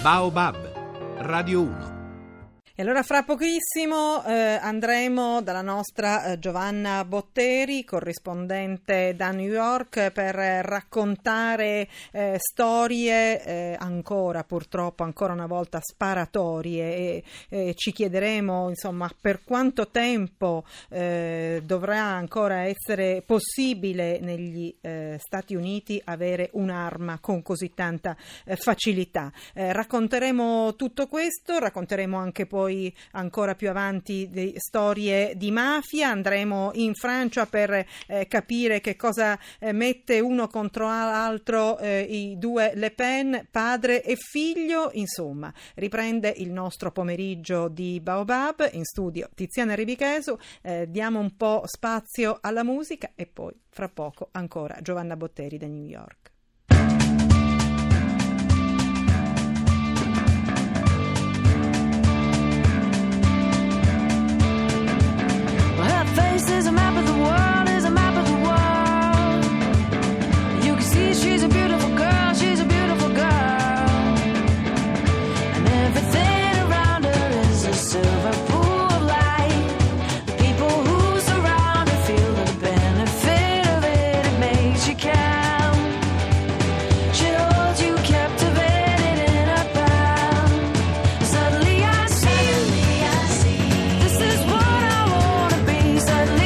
Baobab, Radio 1. E allora fra pochissimo andremo dalla nostra Giovanna Botteri, corrispondente da New York, per raccontare storie ancora una volta sparatorie, e ci chiederemo insomma per quanto tempo dovrà ancora essere possibile negli Stati Uniti avere un'arma con così tanta facilità. Racconteremo tutto questo, racconteremo anche poi ancora più avanti di storie di mafia, andremo in Francia per capire che cosa mette uno contro l'altro i due Le Pen, padre e figlio. Insomma, riprende il nostro pomeriggio di Baobab, in studio Tiziana Ribichesu, diamo un po' spazio alla musica e poi fra poco ancora Giovanna Botteri da New York. Is a map of the world, is a map of the world. You can see she's a beautiful girl, she's a beautiful girl. And everything around her is a silver pool of light. The people who surround her feel the benefit of it, it makes you count. She holds you captivated in her palm. Suddenly I see, this is what I wanna be. Suddenly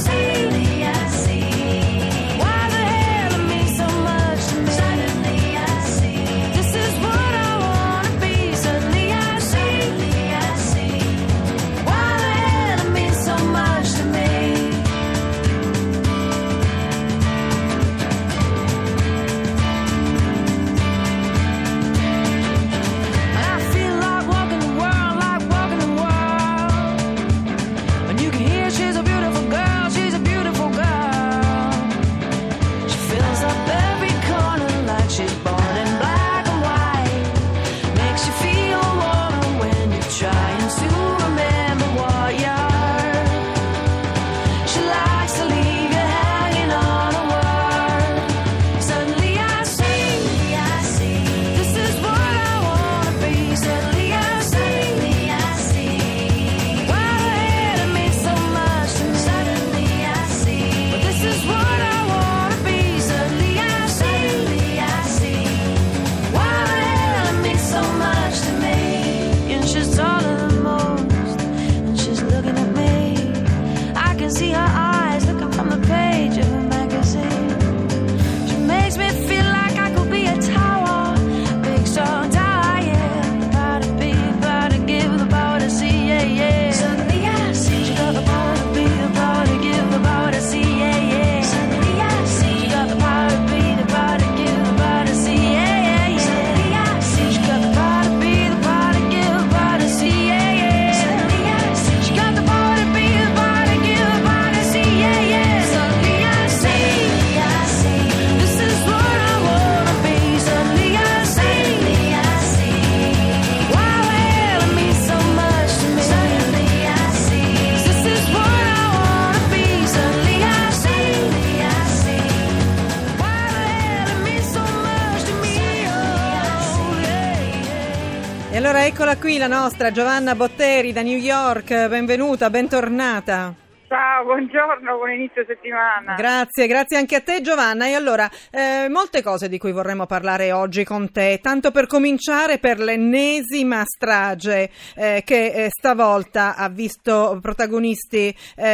allora eccola qui la nostra Giovanna Botteri da New York, benvenuta, bentornata. Ciao, buongiorno, buon inizio settimana. Grazie anche a te Giovanna. E allora, molte cose di cui vorremmo parlare oggi con te, tanto per cominciare per l'ennesima strage che stavolta ha visto protagonisti,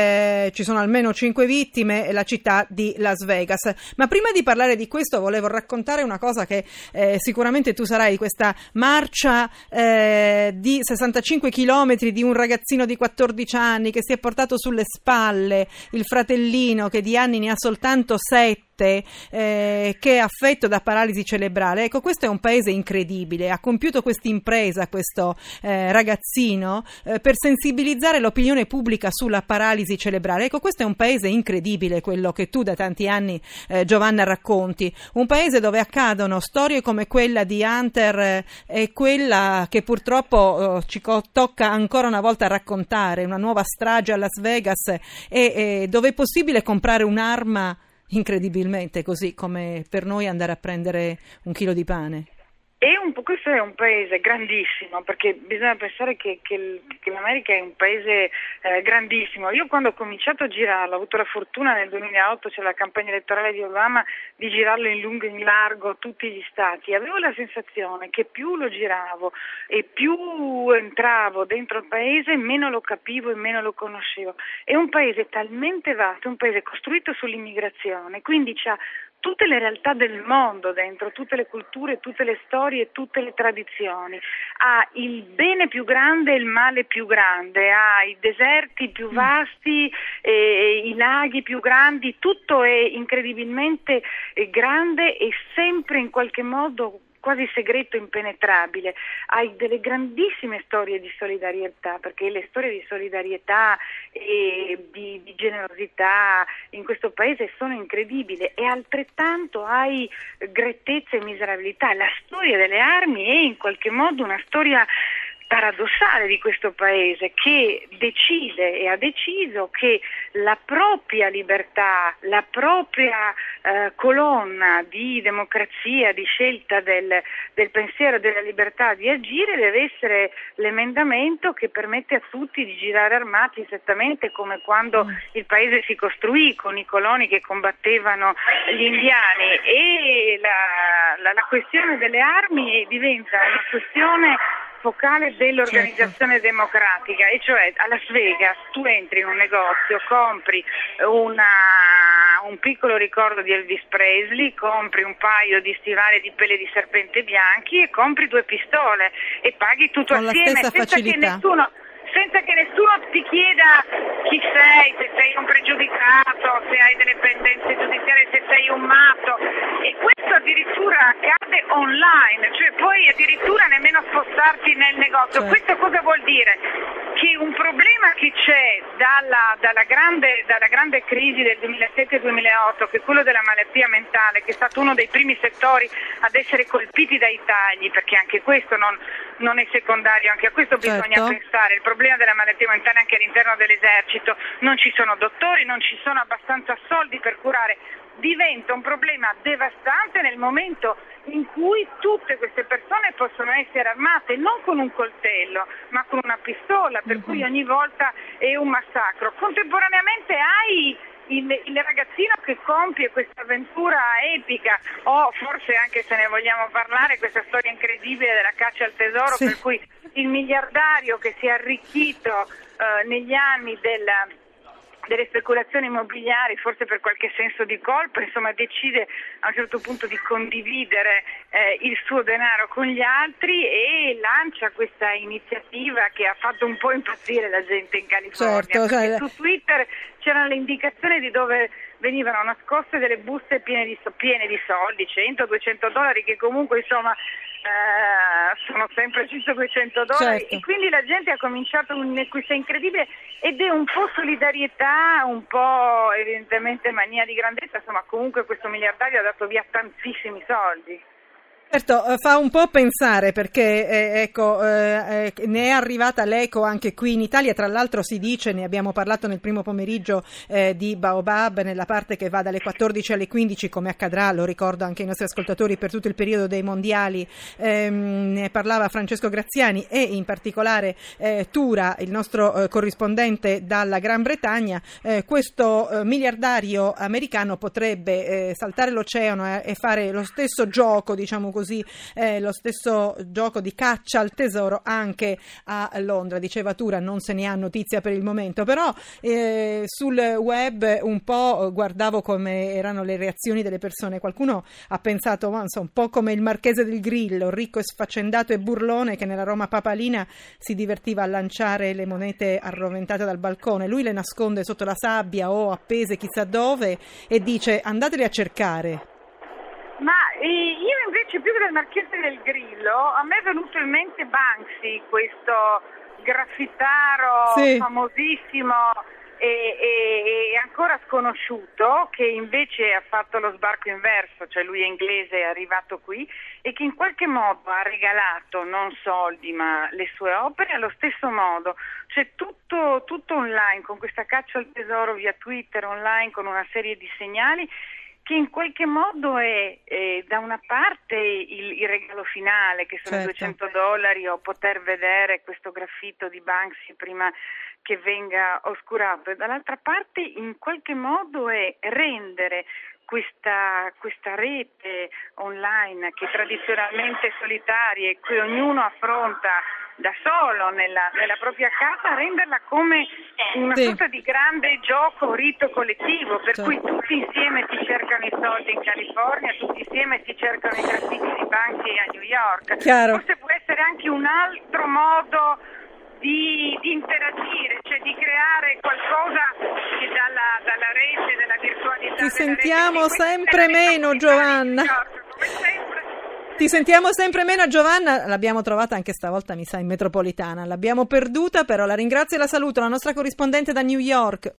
ci sono almeno 5 vittime, la città di Las Vegas. Ma prima di parlare di questo volevo raccontare una cosa che sicuramente tu sarai, di questa marcia di 65 chilometri di un ragazzino di 14 anni che si è portato sulle spalle il fratellino che di anni ne ha soltanto 7, che è affetto da paralisi cerebrale. Ecco, questo è un paese incredibile, ha compiuto questa impresa questo ragazzino per sensibilizzare l'opinione pubblica sulla paralisi cerebrale. Ecco, questo è un paese incredibibile, quello che tu da tanti anni Giovanna racconti, un paese dove accadono storie come quella di Hunter e quella che purtroppo ci tocca ancora una volta raccontare, una nuova strage a Las Vegas, e dove è possibile comprare un'arma incredibilmente, così come per noi andare a prendere un chilo di pane. E questo è un paese grandissimo, perché bisogna pensare che l'America è un paese grandissimo. Io quando ho cominciato a girarlo, ho avuto la fortuna nel 2008, c'era la campagna elettorale di Obama, di girarlo in lungo e in largo tutti gli stati. Avevo la sensazione che più lo giravo e più entravo dentro il paese, meno lo capivo e meno lo conoscevo. È un paese talmente vasto, un paese costruito sull'immigrazione, quindi c'ha tutte le realtà del mondo dentro, tutte le culture, tutte le storie, tutte le tradizioni. Ha il bene più grande e il male più grande, ha i deserti più vasti, i laghi più grandi, tutto è incredibilmente grande e sempre in qualche modo quasi segreto, impenetrabile. Hai delle grandissime storie di solidarietà, perché le storie di solidarietà e di generosità in questo paese sono incredibili, e altrettanto hai grettezza e miserabilità. La storia delle armi è in qualche modo una storia paradossale di questo paese, che decide e ha deciso che la propria libertà, la propria colonna di democrazia, di scelta del pensiero, della libertà di agire, deve essere l'emendamento che permette a tutti di girare armati, esattamente come quando il paese si costruì con i coloni che combattevano gli indiani, e la questione delle armi diventa una questione focale dell'organizzazione democratica, e cioè a Las Vegas tu entri in un negozio, compri un piccolo ricordo di Elvis Presley, compri un paio di stivali di pelle di serpente bianchi e compri 2 pistole e paghi tutto con assieme la stessa facilità. Senza che nessuno ti chieda chi sei, se sei un pregiudicato, se hai delle pendenze giudiziarie, se sei un matto. E questo addirittura accade online, cioè puoi addirittura nemmeno spostarti nel negozio. Certo. Questo cosa vuol dire? Che un problema che c'è dalla grande crisi del 2007-2008, che è quello della malattia mentale, che è stato uno dei primi settori ad essere colpiti dai tagli, perché anche questo non è secondario, anche a questo bisogna pensare. Il problema della malattia mentale anche all'interno dell'esercito, non ci sono dottori, non ci sono abbastanza soldi per curare, diventa un problema devastante nel momento in cui tutte queste persone possono essere armate non con un coltello ma con una pistola, per cui ogni volta è un massacro. Contemporaneamente hai il ragazzino che compie questa avventura epica, o forse, anche se ne vogliamo parlare, questa storia incredibile della caccia al tesoro, per cui il miliardario che si è arricchito negli anni delle speculazioni immobiliari, forse per qualche senso di colpa, insomma decide a un certo punto di condividere il suo denaro con gli altri e lancia questa iniziativa che ha fatto un po' impazzire la gente in California. Perché su Twitter c'erano le indicazioni di dove venivano nascoste delle buste piene di soldi, $100-200, che comunque insomma sono sempre $100-200, certo. E quindi la gente ha cominciato questa incredibile, ed è un po' solidarietà, un po' evidentemente mania di grandezza, insomma comunque questo miliardario ha dato via tantissimi soldi. Certo, fa un po' pensare, perché ne è arrivata l'eco anche qui in Italia. Tra l'altro si dice, ne abbiamo parlato nel primo pomeriggio di Baobab, nella parte che va dalle 14 alle 15, come accadrà, lo ricordo anche ai nostri ascoltatori, per tutto il periodo dei mondiali. Ne parlava Francesco Graziani e in particolare Tura, il nostro corrispondente dalla Gran Bretagna. Questo miliardario americano potrebbe saltare l'oceano e fare lo stesso gioco, diciamo così, lo stesso gioco di caccia al tesoro anche a Londra. Diceva Tura, non se ne ha notizia per il momento, però sul web un po' guardavo come erano le reazioni delle persone. Qualcuno ha pensato, un po' come il Marchese del Grillo, ricco e sfaccendato e burlone, che nella Roma papalina si divertiva a lanciare le monete arroventate dal balcone. Lui le nasconde sotto la sabbia o appese chissà dove e dice: andateli a cercare. Ma io invece, più che del Marchese del Grillo, a me è venuto in mente Banksy, questo graffitaro famosissimo e ancora sconosciuto, che invece ha fatto lo sbarco inverso, cioè lui è inglese, è arrivato qui e che in qualche modo ha regalato non soldi ma le sue opere allo stesso modo, cioè tutto online, con questa caccia al tesoro via Twitter, online, con una serie di segnali che in qualche modo è da una parte il regalo finale, che sono certo. $200, o poter vedere questo graffito di Banksy prima che venga oscurato, e dall'altra parte in qualche modo è rendere questa rete online, che tradizionalmente è solitaria e che ognuno affronta da solo nella propria casa, renderla come una sorta di grande gioco, rito collettivo, per cui tutti insieme si cercano i soldi in California, tutti insieme si cercano i graffiti di Banksy a New York. Chiaro. Forse può essere anche un altro modo di interagire, cioè di creare qualcosa che dalla rete, dalla virtualità. Ti sentiamo sempre meno, Giovanna. Ti sentiamo sempre meno, Giovanna. L'abbiamo trovata anche stavolta, mi sa, in metropolitana. L'abbiamo perduta, però la ringrazio e la saluto, la nostra corrispondente da New York.